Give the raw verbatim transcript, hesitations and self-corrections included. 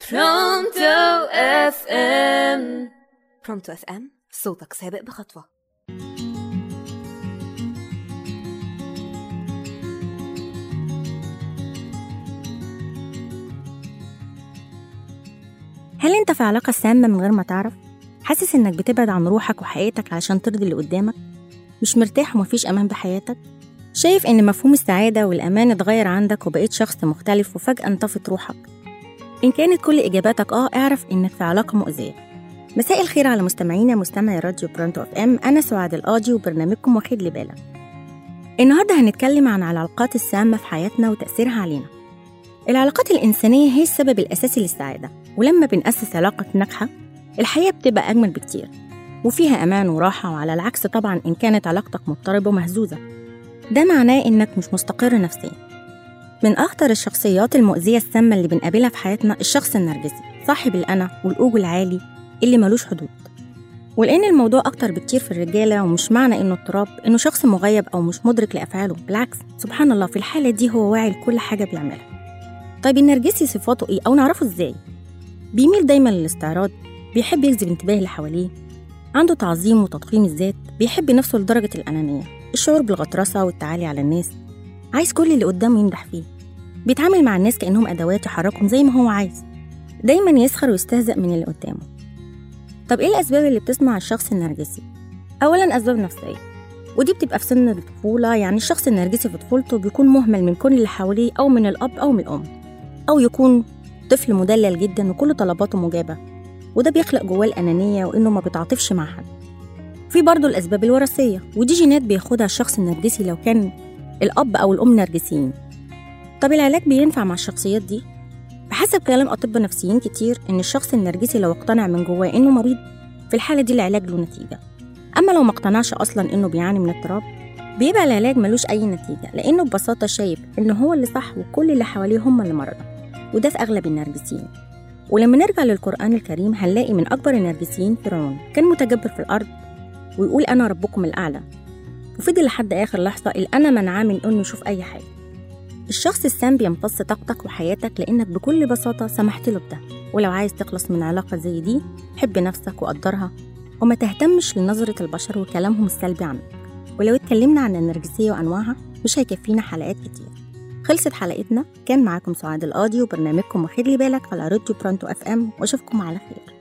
برونتو اف ام. برونتو اف ام، صوتك سابق بخطوة. هل انت في علاقة سامة من غير ما تعرف؟ حاسس انك بتبعد عن روحك وحقيقتك علشان ترضي اللي قدامك؟ مش مرتاح ومفيش امان بحياتك؟ شايف ان مفهوم السعادة والامان اتغير عندك وبقيت شخص مختلف وفجأة انطفت روحك؟ ان كانت كل اجاباتك اه اعرف انك في علاقة مؤذية. مساء الخير على مستمعينا مستمعي راديو برونتو اف ام، انا سعاد القاضي وبرنامجكم واخد لي بالك. النهارده هنتكلم عن العلاقات السامة في حياتنا وتأثيرها علينا. العلاقات الإنسانية هي السبب الأساسي للسعادة، ولما بنأسس علاقة ناجحة الحياة بتبقى أجمل بكتير وفيها أمان وراحة، وعلى العكس طبعا إن كانت علاقتك مضطربة ومهزوزة ده معناه إنك مش مستقر نفسيا. من أخطر الشخصيات المؤذية السامة اللي بنقابلها في حياتنا الشخص النرجسي، صاحب الأنا والأوجو العالي اللي ملوش حدود. ولأن الموضوع أكتر بكتير في الرجالة، ومش معنى إنه اضطراب إنه شخص مغيب أو مش مدرك لأفعاله، بالعكس سبحان الله في الحالة دي هو واعي لكل حاجة بيعملها. طيب النرجسي صفاته إيه أو نعرفه إزاي؟ بيميل دايماً للاستعراض، بيحب يجذب انتباه اللي حواليه، عنده تعظيم وتضخيم الذات، بيحب نفسه لدرجة الأنانية، الشعور بالغطرسة والتعالي على الناس، عايز كل اللي قدامه يمدح فيه، بيتعامل مع الناس كأنهم أدوات يحركهم زي ما هو عايز، دايماً يسخر ويستهزأ من اللي قدامه. طب إيه الأسباب اللي بتصنع الشخص النرجسي؟ أولاً أسباب نفسية، ودي بتبقى في سن الطفولة. يعني الشخص النرجسي في طفولته بيكون مهمل من كل اللي حواليه، أو من الأب أو من الأم، أو يكون طفل مدلل جدا وكل طلباته مجابة، وده بيخلق جواه الأنانية وإنه ما بيتعاطفش مع حد. في برضو الأسباب الوراثية، ودي جينات بياخدها الشخص النرجسي لو كان الأب أو الأم نرجسيين. طب العلاج بينفع مع الشخصيات دي؟ بحسب كلام أطباء نفسيين كتير إن الشخص النرجسي لو اقتنع من جواه إنه مريض، في الحالة دي العلاج له نتيجة. أما لو ما اقتنعش أصلا إنه بيعاني من اضطراب، بيبقى العلاج ملوش أي نتيجة، لأنه ببساطة شايف إنه هو اللي صح وكل اللي حواليه هم اللي مرضى، وده في أغلب النرجسيين. ولما نرجع للقرآن الكريم هنلاقي من أكبر النرجسيين فرعون، كان متجبر في الأرض ويقول أنا ربكم الأعلى، وفضل لحد آخر لحظة الأنا منعاه من إنه يشوف أي حاجة. الشخص السام بيمتص طاقتك وحياتك لأنك بكل بساطة سمحت له بده. ولو عايز تخلص من علاقة زي دي، حب نفسك وقدرها، وما تهتمش لنظرة البشر وكلامهم السلبي عنك. ولو اتكلمنا عن النرجسية وأنواعها مش هيكفينا حلقات كتير. خلصت حلقتنا، كان معاكم سعاد القاضي وبرنامجكم واخد لي بالك على راديو برونتو اف ام، واشوفكم على خير.